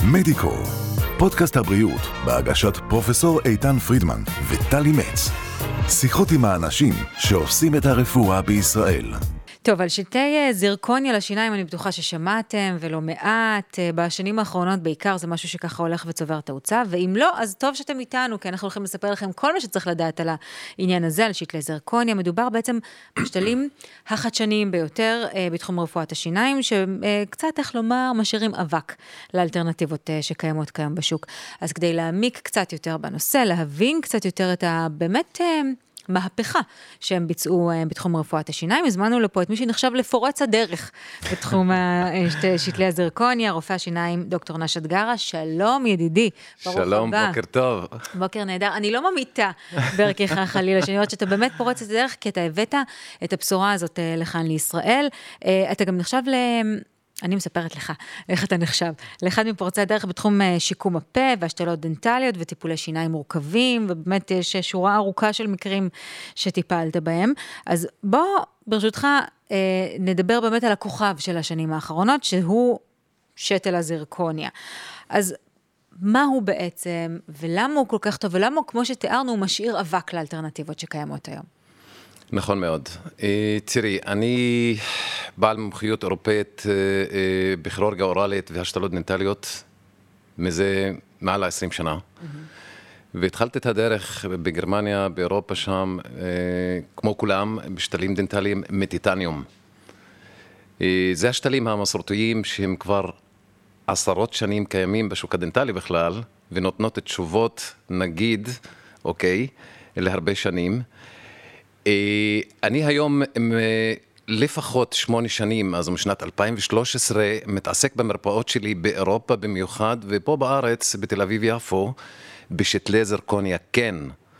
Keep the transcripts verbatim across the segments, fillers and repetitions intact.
מדיקו, פודקאסט הבריאות בהגשת פרופסור איתן פרידמן וטלי מצ. שיחות עם האנשים שעושים את הרפואה בישראל. טוב, על שלטי זירקוניה לשיניים אני בטוחה ששמעתם ולא מעט. בשנים האחרונות בעיקר זה משהו שככה הולך וצובר תאוצה, ואם לא, אז טוב שאתם איתנו, כי אנחנו הולכים לספר לכם כל מה שצריך לדעת על העניין הזה, על שלטי זירקוניה. מדובר בעצם בשתלים החדשניים ביותר בתחום רפואת השיניים, שקצת, איך לומר, משאירים אבק לאלטרנטיבות שקיימות כיום בשוק. אז כדי להעמיק קצת יותר בנושא, להבין קצת יותר את הבאמת מהפכה שהם ביצעו בתחום רפואת השיניים, הזמנו לפה את מי שנחשב לפורץ הדרך בתחום שתלי הזירקוניה, רופא השיניים דוקטור נשת גרה. שלום ידידי, ברוך הבא. שלום, בוקר טוב. בוקר נהדר. אני לא ממיתה בערכך חלילה, שאני יודעת שאתה באמת פורץ את הדרך, כי אתה הבאת את הבשורה הזאת לכאן לישראל. אתה גם נחשב ל... אני מספרת לך, איך אתה נחשב, לאחד מפורצי הדרך בתחום שיקום הפה והשתלות דנטליות וטיפולי שיניים מורכבים, ובאמת יש שורה ארוכה של מקרים שטיפלת בהם. אז בוא, ברשותך, נדבר באמת על הכוכב של השנים האחרונות, שהוא שתל הזירקוניה. אז מה הוא בעצם, ולמה הוא כל כך טוב, ולמה כמו שתיארנו, הוא משאיר אבק לאלטרנטיבות שקיימות היום? נכון מאוד. תראי, אני בעל מומחיות אירופאית בכירורגיה אוראלית והשתלות דנטליות מזה מעל עשרים שנה. והתחלתי את הדרך בגרמניה, באירופה שם, כמו כולם, בשתלים דנטליים מטיטניום. זה השתלים המסורתיים שהם כבר עשרות שנים קיימים בשוק הדנטלי בכלל, ונותנות תשובות, נגיד, אוקיי, להרבה שנים. אני היום לפחות שמונה שנים, אז משנת אלפיים ושלוש עשרה, מתעסק במרפאות שלי באירופה במיוחד, ופה בארץ, בתל אביב יפו, בשתלי זירקוניה כן.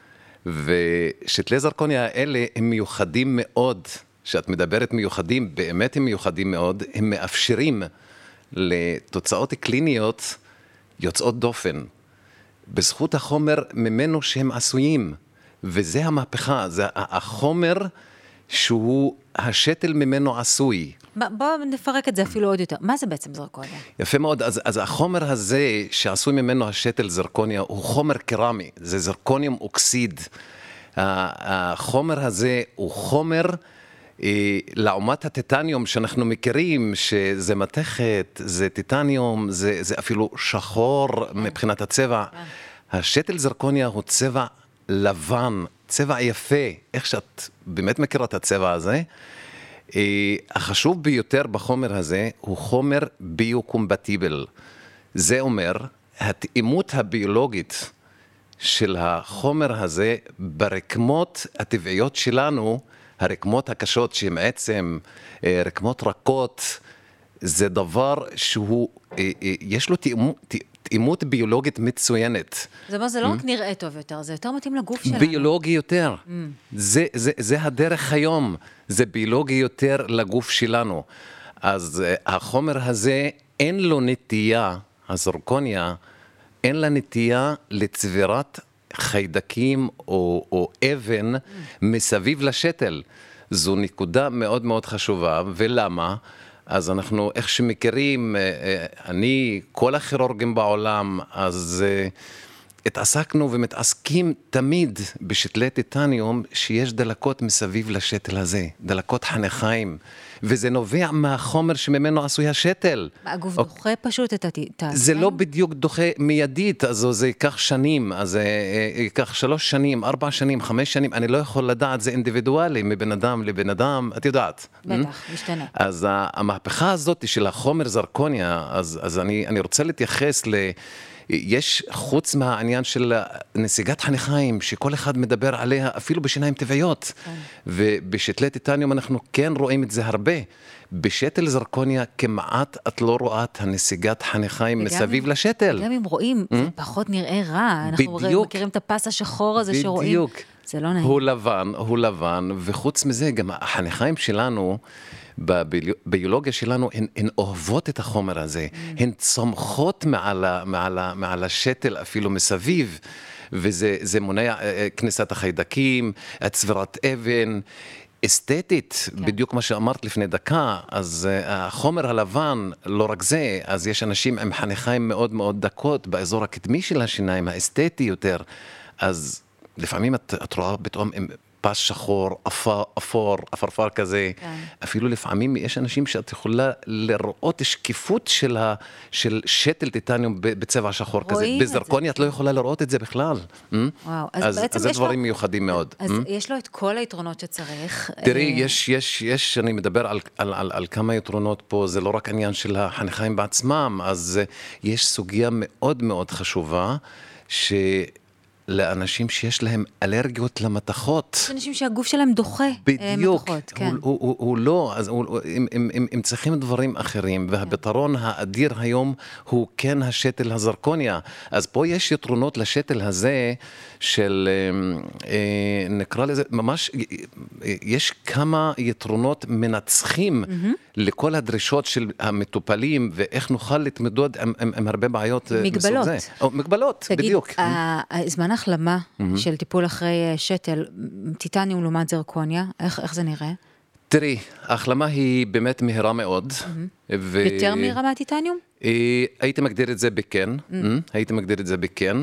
ושתלי זירקוניה האלה הם מיוחדים מאוד, שאת מדברת מיוחדים, באמת הם מיוחדים מאוד, הם מאפשרים לתוצאות קליניות יוצאות דופן, בזכות החומר ממנו שהם עשויים. וזה המהפכה, זה החומר שהוא השתל ממנו עשוי. בואו נפרק את זה אפילו עוד יותר. מה זה בעצם זירקוניה? יפה מאוד, אז, אז החומר הזה שעשוי ממנו השתל זירקוניה הוא חומר קרמי, זה זירקוניום אוקסיד. החומר הזה הוא חומר אה, לעומת הטיטניום שאנחנו מכירים, שזה מתכת, זה טיטניום, זה, זה אפילו שחור מבחינת הצבע. השתל זירקוניה הוא צבע לבן, צבע יפה, איך שאת באמת מכירה את הצבע הזה. החשוב ביותר בחומר הזה הוא חומר ביוקומבטיבל. זה אומר, התאימות הביולוגית של החומר הזה ברקמות הטבעיות שלנו, הרקמות הקשות שהן עצם, רקמות רכות, זה דבר שהוא, יש לו תאימות, תאימות ביולוגית מצוינת. זה מה, זה לא רק נראה טוב יותר, זה יותר מתאים לגוף שלנו. ביולוגי יותר. זה, זה, זה הדרך היום. זה ביולוגי יותר לגוף שלנו. אז החומר הזה אין לו נטייה, הזירקוניה, אין לה נטייה לצבירת חיידקים או, או אבן מסביב לשתל. זו נקודה מאוד מאוד חשובה, ולמה? אז אנחנו, איך שמכירים, אני, כל הכירורגים בעולם, אז התעסקנו ומתעסקים תמיד בשתלי טיטניום שיש דלקות מסביב לשתל הזה, דלקות חניכיים, וזה נובע מהחומר שממנו עשוי השתל. הגוף דוחה פשוט את הטיטניום? זה לא בדיוק דוחה מיידית, אז זה ייקח שנים, אז זה ייקח שלוש שנים, ארבע שנים, חמש שנים, אני לא יכול לדעת, זה אינדיבידואלי, מבן אדם לבן אדם, את יודעת. בטח, משתנה. אז המהפכה הזאת של החומר זירקוניה, אז, אז אני, אני רוצה להתייחס ל... יש חוץ מהעניין של נסיגת חניכיים, שכל אחד מדבר עליה אפילו בשיניים טבעיות. ובשתלי טיטניום אנחנו כן רואים את זה הרבה. בשתל זירקוניה כמעט את לא רואה את הנסיגת חניכיים מסביב לשתל. גם אם רואים, זה פחות נראה רע. אנחנו מכירים את הפס השחור הזה שרואים. בדיוק. זה לא נעים. הוא לבן, הוא לבן, וחוץ מזה גם החניכיים שלנו, בביולוגיה שלנו, הן, הן אוהבות את החומר הזה, mm. הן צומחות מעל, מעל, מעל השתל אפילו מסביב, וזה זה מונע כניסת החיידקים, הצבירת אבן, אסתטית, כן. בדיוק מה שאמרת לפני דקה, אז uh, החומר הלבן, לא רק זה, אז יש אנשים עם חניכיים מאוד מאוד דקות באזור הקדמי של השיניים, האסתטי יותר, אז לפעמים את, את רואה פתאום עם פס שחור, אפור, אפור, אפרפר כזה, כן. אפילו לפעמים יש אנשים שאת יכולה לראות שקיפות של, ה, של שתל טיטניום בצבע שחור כזה, בזרקוניה את לא יכולה לראות את זה בכלל. וואו, אז, אז, בעצם אז זה יש דברים לו, מיוחדים מאוד. אז יש לו את כל היתרונות שצריך. תראי, יש, יש, יש, אני מדבר על, על, על, על כמה יתרונות פה, זה לא רק עניין של החניכיים בעצמם, אז יש סוגיה מאוד מאוד חשובה, ש... לאנשים שיש להם אלרגיות למתכות. יש אנשים שהגוף שלהם דוחה בדיוק. מתכות, כן. הוא, הוא, הוא, הוא לא, אז הוא, הם, הם, הם, הם צריכים דברים אחרים, והפתרון האדיר היום הוא כן השתל הזרקוניה. אז פה יש יתרונות לשתל הזה של, אה, נקרא לזה, ממש, יש כמה יתרונות מנצחים mm-hmm. לכל הדרישות של המטופלים, ואיך נוכל להתמודד עם, עם, עם הרבה בעיות מגבלות. מסוג זה. או, מגבלות, תגיד, בדיוק. הזמן החלמה mm-hmm. של טיפול אחרי שתל, טיטניום לעומת זרקוניה, איך, איך זה נראה? תראי, ההחלמה היא באמת מהירה מאוד. Mm-hmm. ו... יותר מהירה מהטיטניום? הייתי מגדיר את זה בכן, mm-hmm. הייתי מגדיר את זה בכן.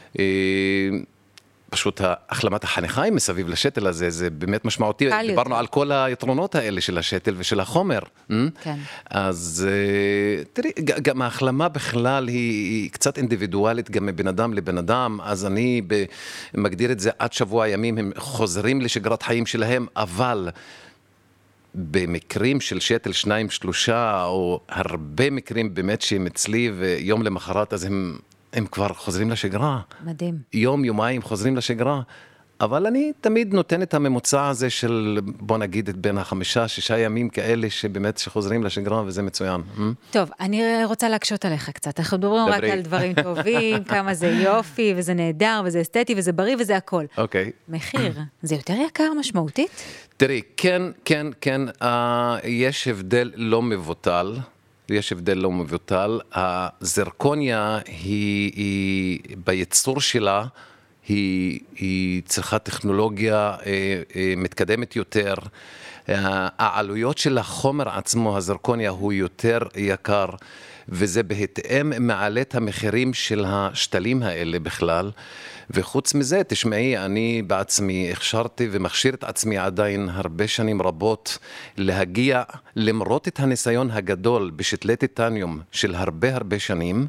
פשוט החלמת החניכיים מסביב לשתל הזה, זה באמת משמעותי. דיברנו על כל היתרונות האלה של השתל ושל החומר. כן. אז תראי, גם ההחלמה בכלל היא קצת אינדיבידואלית, גם מבן אדם לבן אדם, אז אני מגדיר את זה עד שבוע ימים, הם חוזרים לשגרת חיים שלהם, אבל במקרים של שתל שניים, שלושה, או הרבה מקרים באמת שהם אצלי, ויום למחרת, אז הם... הם כבר חוזרים לשגרה. מדהים. יום, יומיים חוזרים לשגרה. אבל אני תמיד נותן את הממוצע הזה של, בוא נגיד, בין החמישה, שישה ימים כאלה שבאמת שחוזרים לשגרה, וזה מצוין. טוב, אני רוצה להקשות עליך קצת. אנחנו מדברים רק על דברים טובים, כמה זה יופי, וזה נהדר, וזה אסתטי, וזה בריא, וזה הכל. אוקיי. מחיר, זה יותר יקר משמעותית? תראי, כן, כן, כן, יש הבדל לא מבוטל. יש הבדל לא מבוטל. הזרקוניה היא, היא בייצור שלה, היא, היא צריכה טכנולוגיה אה, אה, מתקדמת יותר. העלויות של החומר עצמו, הזרקוניה, הוא יותר יקר, וזה בהתאם מעלה את המחירים של השתלים האלה בכלל. וחוץ מזה, תשמעי, אני בעצמי הכשרתי ומכשיר את עצמי עדיין הרבה שנים רבות להגיע, למרות את הניסיון הגדול בשתלי טיטניום של הרבה הרבה שנים,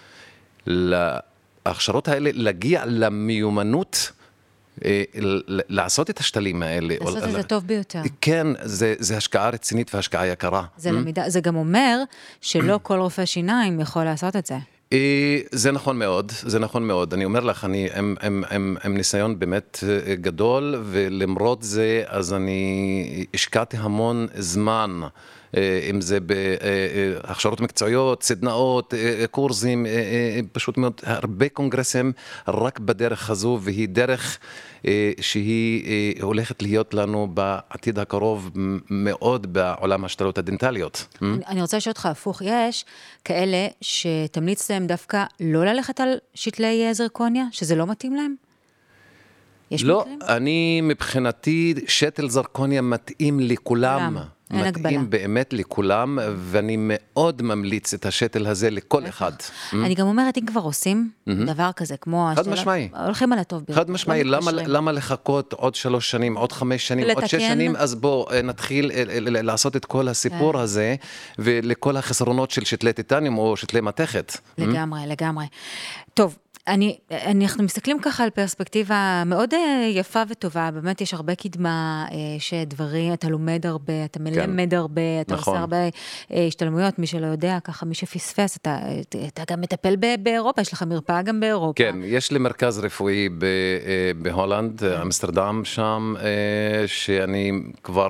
להכשרות האלה להגיע למיומנות, לעשות את השתלים האלה. לעשות את זה טוב ביותר. כן, זה, זה השקעה רצינית והשקעה יקרה. זה למידה, זה גם אומר שלא כל רופא שיניים יכול לעשות את זה. זה נכון מאוד, זה נכון מאוד. אני אומר לך, אני עם, עם, עם, עם ניסיון באמת גדול, ולמרות זה, אז אני השקעתי המון זמן, אם זה בהכשרות מקצועיות, סדנאות, קורסים, פשוט מאוד, הרבה קונגרסים רק בדרך הזו, והיא דרך שהיא הולכת להיות לנו בעתיד הקרוב מאוד בעולם השתלות הדנטליות. אני רוצה לשאול אותך הפוך, יש כאלה שתמליץ להם דווקא לא ללכת על שתלי זרקוניה, שזה לא מתאים להם? יש לא, מקרים? אני מבחינתי שתל זרקוניה מתאים לכולם. אין הגבלה. מתאים באמת לכולם, ואני מאוד ממליץ את השתל הזה לכל אחד. אני גם אומרת, אם כבר עושים דבר כזה, כמו... חד משמעי. הולכים על הטוב. חד משמעי, למה לחכות עוד שלוש שנים, עוד חמש שנים, עוד שש שנים, אז בוא נתחיל לעשות את כל הסיפור הזה, ולכל החסרונות של שתלי טיטניום או שתלי מתכת. לגמרי, לגמרי. טוב. אני, אנחנו מסתכלים ככה על פרספקטיבה מאוד יפה וטובה, באמת יש הרבה קדמה שדברים, אתה לומד הרבה, אתה מלמד הרבה, אתה עושה הרבה השתלמויות, מי שלא יודע, ככה מי שפספס, אתה, אתה גם מטפל באירופה, יש לך מרפאה גם באירופה. כן, יש לי מרכז רפואי בהולנד, אמסטרדם שם, שאני כבר...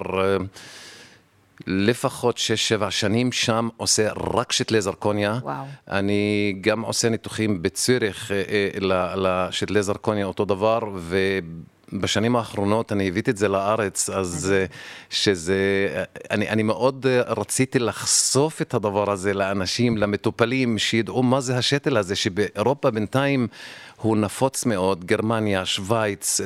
לפחות שש, שבע שנים שם עושה רק שתלי זרקוניה. וואו. אני גם עושה ניתוחים בציריך לשתלי זרקוניה אותו דבר, בשנים האחרונות אני הבאתי את זה לארץ, אז שזה, אני, אני מאוד רציתי לחשוף את הדבר הזה לאנשים, למטופלים, שידעו מה זה השתל הזה, שבאירופה בינתיים הוא נפוץ מאוד, גרמניה, שוויץ,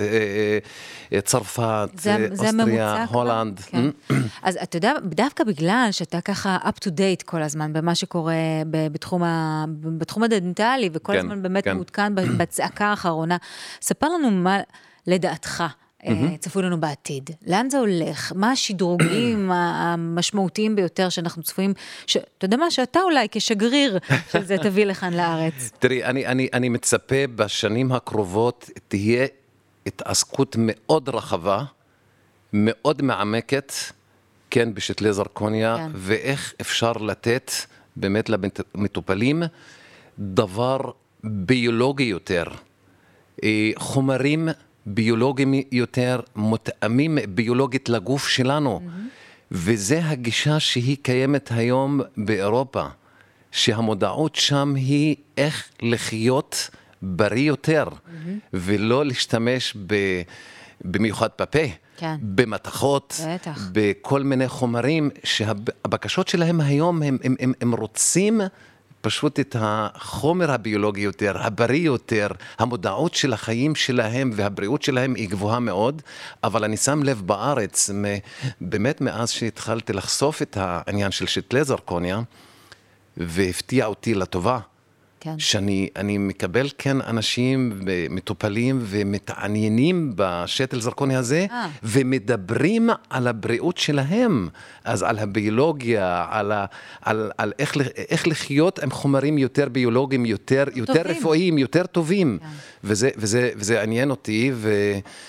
צרפת, זה, זה אוסטריה, הולנד. כן. אז אתה יודע, דווקא בגלל שאתה ככה up to date כל הזמן, במה שקורה בתחום, ה, בתחום הדנטלי, וכל כן, הזמן באמת כן. מעודכן בצעקה האחרונה, ספר לנו מה לדעתך צפוי לנו בעתיד. לאן זה הולך? מה השדרוגים המשמעותיים ביותר שאנחנו צפויים, אתה יודע מה, שאתה אולי כשגריר של זה תביא לכאן לארץ. תראי, אני, אני, אני מצפה בשנים הקרובות תהיה התעסקות מאוד רחבה, מאוד מעמקת, כן, בשתלי זרקוניה, כן. ואיך אפשר לתת באמת למטופלים דבר ביולוגי יותר, חומרים ביולוגיים יותר, מותאמים ביולוגית לגוף שלנו, mm-hmm. וזה הגישה שהיא קיימת היום באירופה, שהמודעות שם היא איך לחיות בריא יותר, mm-hmm. ולא להשתמש ב, במיוחד בפה, כן. במתכות, בטח. בכל מיני חומרים, שהבקשות שלהם היום הם, הם, הם, הם רוצים פשוט את החומר הביולוגי יותר, הבריא יותר, המודעות של החיים שלהם והבריאות שלהם היא גבוהה מאוד, אבל אני שם לב בארץ, באמת מאז שהתחלתי לחשוף את העניין של שתלי זרקוניה, והפתיע אותי לטובה, כן. שאני אני מקבל כן אנשים מטופלים ומתעניינים בשתל זרקוני הזה, אה. ומדברים על הבריאות שלהם, אז על הביולוגיה, על, ה, על, על איך, איך לחיות עם חומרים יותר ביולוגיים, יותר, יותר רפואיים, יותר טובים. כן. וזה, וזה, וזה עניין אותי, ו,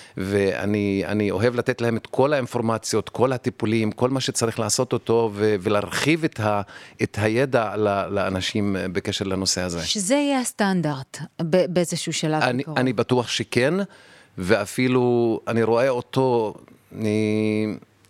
ואני אני אוהב לתת להם את כל האינפורמציות, כל הטיפולים, כל מה שצריך לעשות אותו, ו, ולהרחיב את, ה, את הידע לאנשים בקשר לנושא הזה. שזה יהיה הסטנדרט באיזשהו שלב. אני, אני בטוח שכן, ואפילו אני רואה אותו, אני,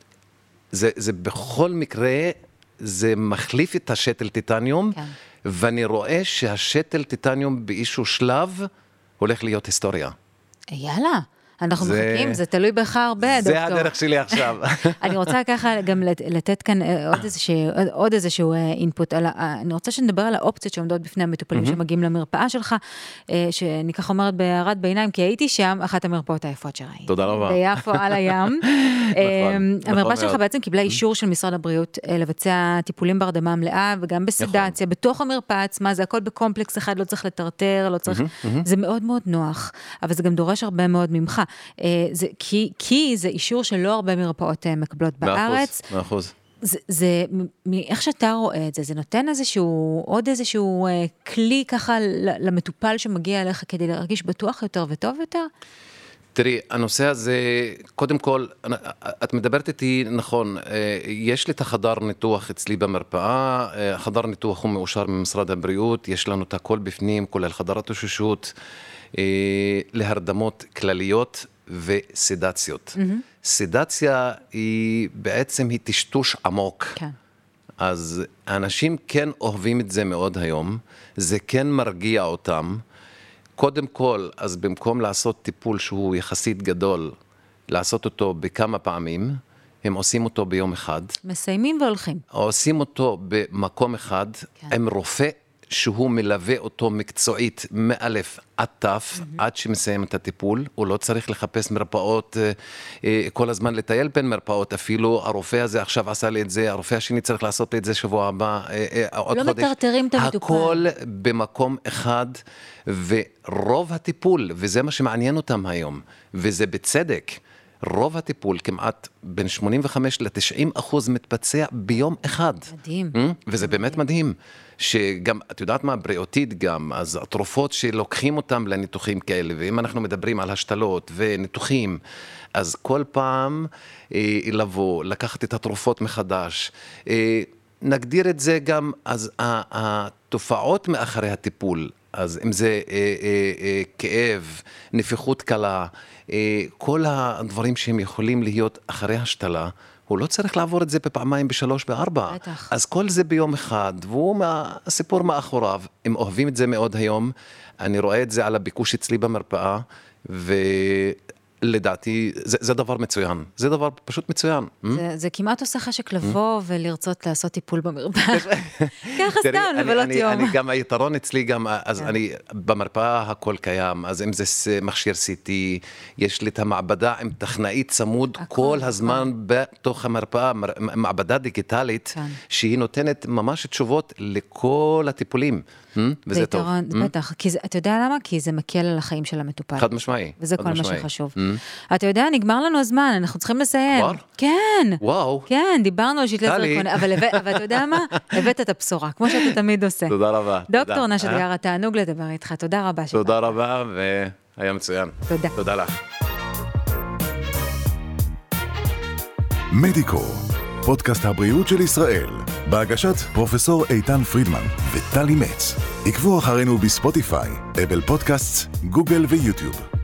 זה, זה בכל מקרה, זה מחליף את השתל טיטניום, כן. ואני רואה שהשתל טיטניום באיזשהו שלב הולך להיות היסטוריה. יאללה. אנחנו זה... מחכים, זה תלוי בך הרבה, זה דוקטור. זה הדרך שלי עכשיו. אני רוצה ככה גם לתת כאן עוד איזשהו, עוד איזשהו אינפוט, על, אני רוצה שנדבר על האופציות שעומדות בפני המטופלים mm-hmm. שמגיעים למרפאה שלך, שאני ככה אומרת בהערת ביניים, כי הייתי שם, אחת המרפאות היפות שראיתי. תודה רבה. ביפו על הים. נכון, המרפאה נכון שלך מאוד. בעצם קיבלה אישור של משרד הבריאות לבצע טיפולים בהרדמה מלאה, וגם בסדציה, נכון. בתוך המרפאה עצמה, זה הכל בקומפלקס אחד, לא צריך לטרטר, לא צריך, mm-hmm. זה מאוד מאוד נוח, אבל זה גם דורש הרבה מאוד ממך. זה, כי, כי זה אישור שלא הרבה מרפאות מקבלות בארץ. מאה אחוז. זה, זה, מאיך שאתה רואה את זה, זה נותן איזשהו, עוד איזשהו כלי ככה למטופל שמגיע אליך כדי להרגיש בטוח יותר וטוב יותר? תראי, הנושא הזה, קודם כל, את מדברת איתי, נכון, יש לי את החדר ניתוח אצלי במרפאה, החדר ניתוח הוא מאושר ממשרד הבריאות, יש לנו את הכל בפנים, כולל חדר התאוששות, להרדמות כלליות וסדציות. Mm-hmm. סדציה היא בעצם היא טשטוש עמוק. כן. אז האנשים כן אוהבים את זה מאוד היום, זה כן מרגיע אותם. קודם כל, אז במקום לעשות טיפול שהוא יחסית גדול, לעשות אותו בכמה פעמים, הם עושים אותו ביום אחד. מסיימים והולכים. עושים אותו במקום אחד, כן. עם רופא שהוא מלווה אותו מקצועית מאלף עד תף, mm-hmm. עד שמסיים את הטיפול. הוא לא צריך לחפש מרפאות, כל הזמן לטייל בין מרפאות, אפילו הרופא הזה עכשיו עשה לי את זה, הרופא השני צריך לעשות את זה שבוע הבא, עוד לא חודש. לא מטרטרים את המטופל. הכל במקום אחד, ורוב הטיפול, וזה מה שמעניין אותם היום, וזה בצדק, רוב הטיפול כמעט בין שמונים וחמש ל-תשעים אחוז מתבצע ביום אחד. מדהים. וזה באמת מדהים. שגם, את יודעת מה, בריאותית גם, אז התרופות שלוקחים אותם לניתוחים כאלה, ואם אנחנו מדברים על השתלות וניתוחים, אז כל פעם אה, לבוא, לקחת את התרופות מחדש, אה, נגדיר את זה גם, אז התופעות מאחרי הטיפול, אז אם זה אה, אה, אה, כאב, נפיחות קלה, אה, כל הדברים שהם יכולים להיות אחרי השתלה, הוא לא צריך לעבור את זה בפעמיים, בשלוש, בארבע. בטח. אז כל זה ביום אחד, והוא הסיפור מאחוריו. הם אוהבים את זה מאוד היום. אני רואה את זה על הביקוש אצלי במרפאה, לדעתי, זה, זה דבר מצוין. זה דבר פשוט מצוין. זה, זה כמעט עושה חשק לבוא ולרצות לעשות טיפול במרפאה. ככה סתם, לבלות יום. אני גם, היתרון אצלי גם, אז אני, במרפאה הכל קיים, אז אם זה מכשיר סי טי, יש לי את המעבדה עם טכנאית צמוד כל הזמן בתוך המרפאה, מעבדה דיגיטלית, שהיא נותנת ממש תשובות לכל הטיפולים. וזה טוב. בטח, אתה יודע למה? כי זה מקל על החיים של המטופל. חד משמעי. וזה כל מה שחשוב. אתה יודע, נגמר לנו הזמן, אנחנו צריכים לסיים. כבר? כן. וואו. כן, דיברנו על שתלי זרקוניה, אבל אתה יודע מה? הבאת את הבשורה, כמו שאתה תמיד עושה. תודה רבה. דוקטור נשת גר, התענוג לדבר איתך. תודה רבה. תודה רבה, והיה מצוין. תודה. תודה לך. מדיקו, פודקאסט הבריאות של ישראל, בהגשת פרופסור איתן פרידמן וטלי מצ. עקבו אחרינו בספוטיפיי, אפל פודקאסט, גוגל ויוטיוב.